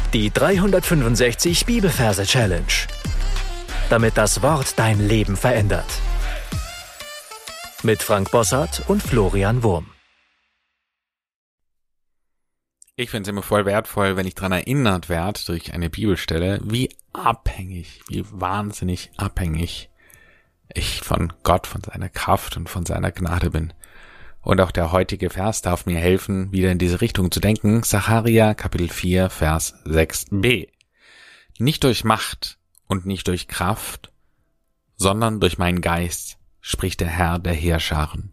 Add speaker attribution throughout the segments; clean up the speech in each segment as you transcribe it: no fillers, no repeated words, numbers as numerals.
Speaker 1: Die 365 Bibelverse Challenge. Damit das Wort dein Leben verändert. Mit Frank Bossart und Florian Wurm.
Speaker 2: Ich finde es immer voll wertvoll, wenn ich daran erinnert werde durch eine Bibelstelle, wie wahnsinnig abhängig ich von Gott, von seiner Kraft und von seiner Gnade bin. Und auch der heutige Vers darf mir helfen, wieder in diese Richtung zu denken. Sacharja, Kapitel 4, Vers 6b. Nicht durch Macht und nicht durch Kraft, sondern durch meinen Geist, spricht der Herr der Heerscharen.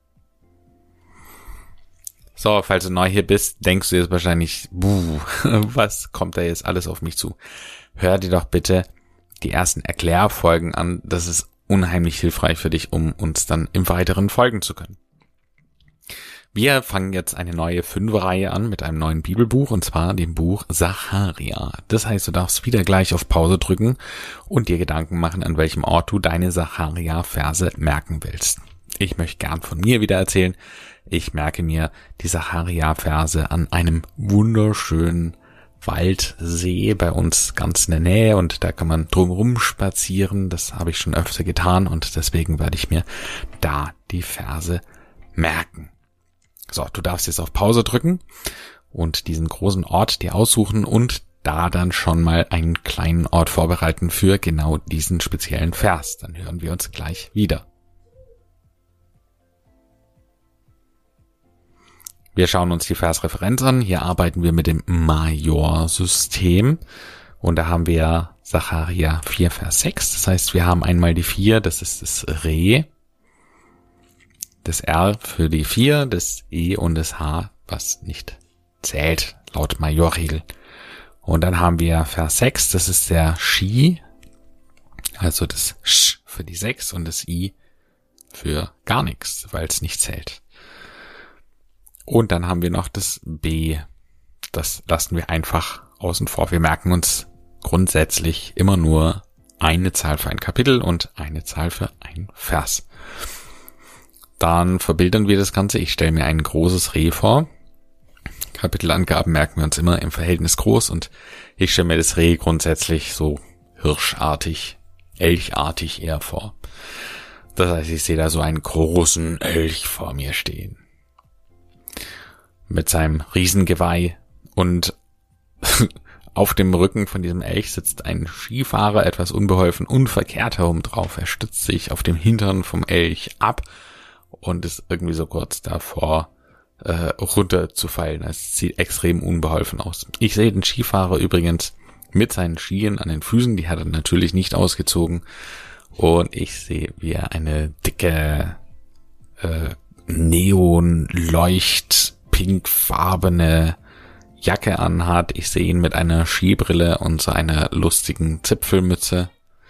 Speaker 2: So, falls du neu hier bist, denkst du jetzt wahrscheinlich, was kommt da jetzt alles auf mich zu? Hör dir doch bitte die ersten Erklärfolgen an. Das ist unheimlich hilfreich für dich, um uns dann im Weiteren folgen zu können. Wir fangen jetzt eine neue 5-Reihe an mit einem neuen Bibelbuch, und zwar dem Buch Sacharja. Das heißt, du darfst wieder gleich auf Pause drücken und dir Gedanken machen, an welchem Ort du deine Sacharja-Verse merken willst. Ich möchte gern von mir wieder erzählen. Ich merke mir die Sacharja-Verse an einem wunderschönen Waldsee bei uns ganz in der Nähe, und da kann man drumherum spazieren. Das habe ich schon öfter getan, und deswegen werde ich mir da die Verse merken. So, du darfst jetzt auf Pause drücken und diesen großen Ort dir aussuchen und da dann schon mal einen kleinen Ort vorbereiten für genau diesen speziellen Vers. Dann hören wir uns gleich wieder. Wir schauen uns die Versreferenz an. Hier arbeiten wir mit dem Majorsystem. Und da haben wir Sacharja 4, Vers 6. Das heißt, wir haben einmal die 4, das ist das Re. Das R für die 4, das E und das H, was nicht zählt, laut Majorregel. Und dann haben wir Vers 6, das ist der Shi, also das Sch für die 6 und das I für gar nichts, weil es nicht zählt. Und dann haben wir noch das B, das lassen wir einfach außen vor. Wir merken uns grundsätzlich immer nur eine Zahl für ein Kapitel und eine Zahl für ein Vers. Dann verbildern wir das Ganze. Ich stelle mir ein großes Reh vor. Kapitelangaben merken wir uns immer im Verhältnis groß, und ich stelle mir das Reh grundsätzlich so hirschartig, elchartig eher vor. Das heißt, ich sehe da so einen großen Elch vor mir stehen. Mit seinem Riesengeweih, und auf dem Rücken von diesem Elch sitzt ein Skifahrer, etwas unbeholfen und verkehrt herum drauf. Er stützt sich auf dem Hintern vom Elch ab und ist irgendwie so kurz davor, runterzufallen. Es sieht extrem unbeholfen aus. Ich sehe den Skifahrer übrigens mit seinen Skien an den Füßen, die hat er natürlich nicht ausgezogen, und ich sehe, wie er eine dicke neon-leucht-pinkfarbene Jacke anhat. Ich sehe ihn mit einer Skibrille und so einer lustigen Zipfelmütze.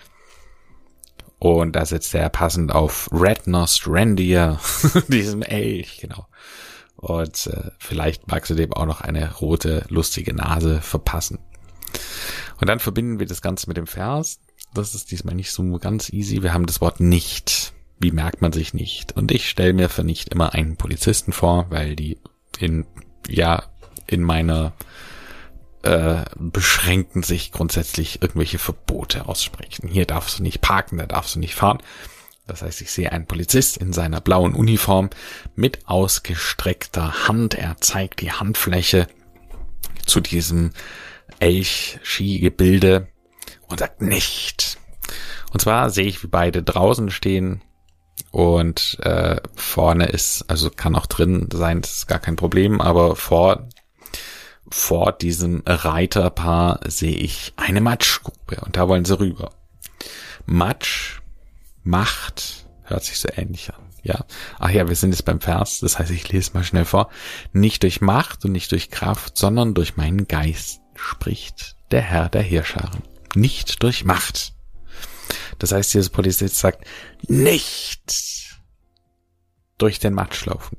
Speaker 2: Und da sitzt er passend auf Red-Nosed Reindeer, diesem Elch, genau. Und vielleicht magst du dem auch noch eine rote, lustige Nase verpassen. Und dann verbinden wir das Ganze mit dem Vers. Das ist diesmal nicht so ganz easy. Wir haben das Wort nicht. Wie merkt man sich nicht? Und ich stelle mir für nicht immer einen Polizisten vor, weil die in meiner beschränken sich grundsätzlich irgendwelche Verbote aussprechen. Hier darfst du nicht parken, da darfst du nicht fahren. Das heißt, ich sehe einen Polizist in seiner blauen Uniform mit ausgestreckter Hand. Er zeigt die Handfläche zu diesem Elch-Ski-Gebilde und sagt nicht. Und zwar sehe ich, wie beide draußen stehen, und vorne ist, also kann auch drin sein, das ist gar kein Problem, aber vor diesem Reiterpaar sehe ich eine Matschgrube, und da wollen sie rüber. Matsch, Macht, hört sich so ähnlich an. Ja, ach ja, wir sind jetzt beim Vers, das heißt, ich lese mal schnell vor. Nicht durch Macht und nicht durch Kraft, sondern durch meinen Geist, spricht der Herr der Heerscharen. Nicht durch Macht. Das heißt, dieser Polizist sagt, nicht durch den Matsch laufen.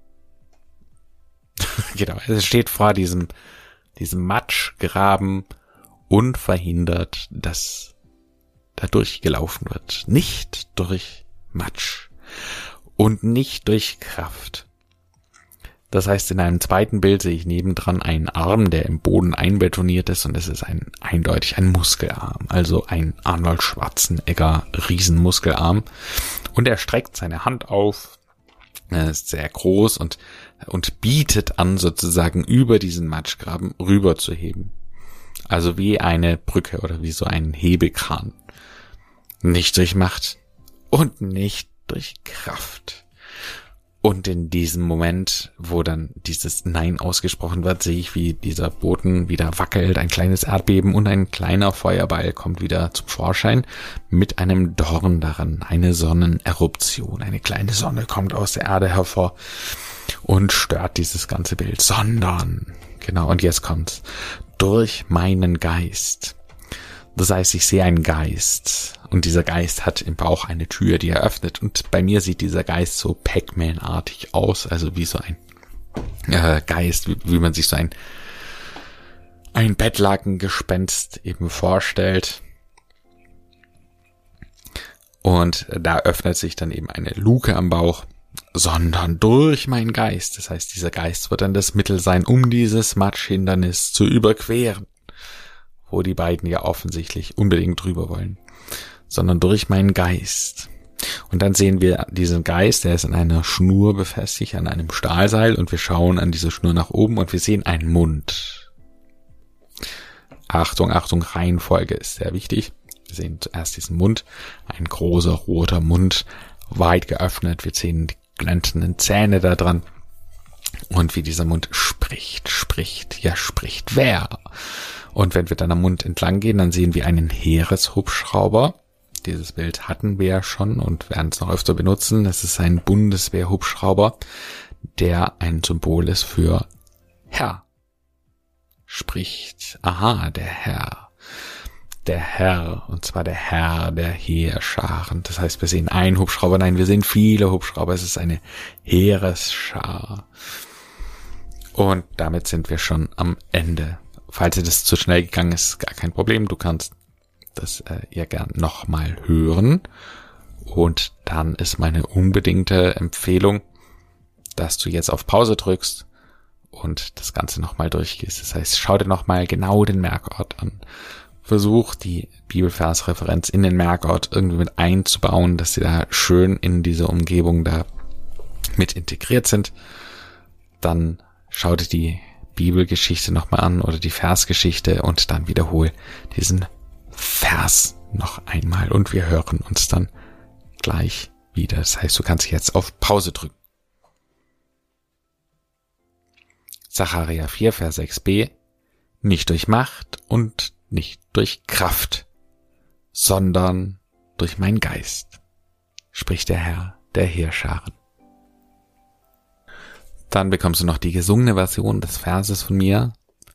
Speaker 2: Genau, er steht vor diesem Matschgraben und verhindert, dass da durchgelaufen wird. Nicht durch Matsch und nicht durch Kraft, Das heißt, in einem zweiten Bild sehe ich nebendran einen Arm, der im Boden einbetoniert ist, und es ist eindeutig ein Muskelarm, also ein Arnold Schwarzenegger Riesenmuskelarm. Und er streckt seine Hand auf, er ist sehr groß und bietet an, sozusagen über diesen Matschgraben rüber zu heben. Also wie eine Brücke oder wie so ein Hebekran. Nicht durch Macht und nicht durch Kraft. Und in diesem Moment, wo dann dieses Nein ausgesprochen wird, sehe ich, wie dieser Boden wieder wackelt, ein kleines Erdbeben, und ein kleiner Feuerball kommt wieder zum Vorschein mit einem Dorn daran, eine Sonneneruption. Eine kleine Sonne kommt aus der Erde hervor und stört dieses ganze Bild. Sondern, genau, und jetzt kommt's, durch meinen Geist. Das heißt, ich sehe einen Geist, und dieser Geist hat im Bauch eine Tür, die er öffnet, und bei mir sieht dieser Geist so Pac-Man-artig aus, also wie so ein Geist, wie man sich so ein Bettlakengespenst eben vorstellt. Und da öffnet sich dann eben eine Luke am Bauch, sondern durch meinen Geist. Das heißt, dieser Geist wird dann das Mittel sein, um dieses Matschhindernis zu überqueren, wo die beiden ja offensichtlich unbedingt drüber wollen, sondern durch meinen Geist. Und dann sehen wir diesen Geist, der ist an einer Schnur befestigt, an einem Stahlseil, und wir schauen an diese Schnur nach oben und wir sehen einen Mund. Achtung, Achtung, Reihenfolge ist sehr wichtig. Wir sehen zuerst diesen Mund, ein großer roter Mund, weit geöffnet. Wir sehen die glänzenden Zähne da dran und wie dieser Mund spricht. Ja, spricht wer? Und wenn wir dann am Mund entlang gehen, dann sehen wir einen Heereshubschrauber. Dieses Bild hatten wir ja schon und werden es noch öfter benutzen. Es ist ein Bundeswehrhubschrauber, der ein Symbol ist für Herr. Spricht, aha, der Herr. Der Herr, und zwar der Herr der Heerscharen. Das heißt, wir sehen einen Hubschrauber, nein, wir sehen viele Hubschrauber. Es ist eine Heeresschar. Und damit sind wir schon am Ende. Falls dir das zu schnell gegangen ist, gar kein Problem. Du kannst das ja gern nochmal hören. Und dann ist meine unbedingte Empfehlung, dass du jetzt auf Pause drückst und das Ganze nochmal durchgehst. Das heißt, schau dir nochmal genau den Merkort an. Versuch, die Bibelversreferenz in den Merkort irgendwie mit einzubauen, dass sie da schön in diese Umgebung da mit integriert sind. Dann schau dir die Bibelgeschichte nochmal an oder die Versgeschichte und dann wiederhol diesen Vers noch einmal und wir hören uns dann gleich wieder. Das heißt, du kannst jetzt auf Pause drücken. Sacharja 4, Vers 6b: Nicht durch Macht und nicht durch Kraft, sondern durch meinen Geist, spricht der Herr der Heerscharen. Dann bekommst du noch die gesungene Version des Verses von mir.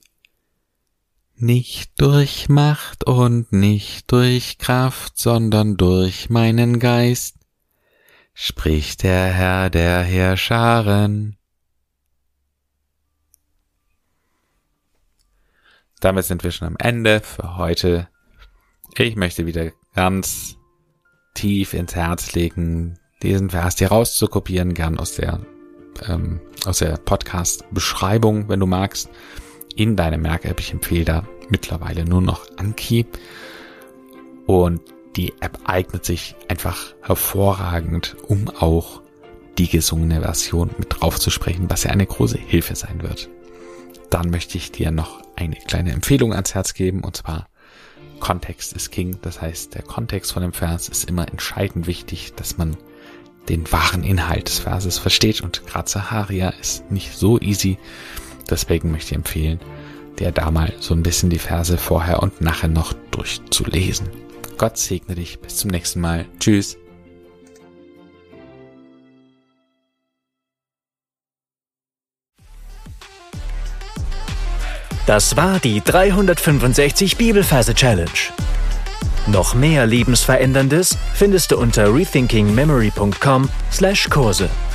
Speaker 2: Nicht durch Macht und nicht durch Kraft, sondern durch meinen Geist, spricht der Herr der Heerscharen. Damit sind wir schon am Ende für heute. Ich möchte wieder ganz tief ins Herz legen, diesen Vers dir rauszukopieren, gern aus der Podcast-Beschreibung, wenn du magst, in deine Merk-App. Ich empfehle da mittlerweile nur noch Anki. Und die App eignet sich einfach hervorragend, um auch die gesungene Version mit drauf zu sprechen, was ja eine große Hilfe sein wird. Dann möchte ich dir noch eine kleine Empfehlung ans Herz geben, und zwar Kontext ist King. Das heißt, der Kontext von dem Vers ist immer entscheidend wichtig, dass man den wahren Inhalt des Verses versteht, und gerade Sacharja ist nicht so easy. Deswegen möchte ich empfehlen, dir da mal so ein bisschen die Verse vorher und nachher noch durchzulesen. Gott segne dich. Bis zum nächsten Mal. Tschüss.
Speaker 1: Das war die 365 Bibelverse Challenge. Noch mehr Lebensveränderndes findest du unter rethinkingmemory.com/Kurse.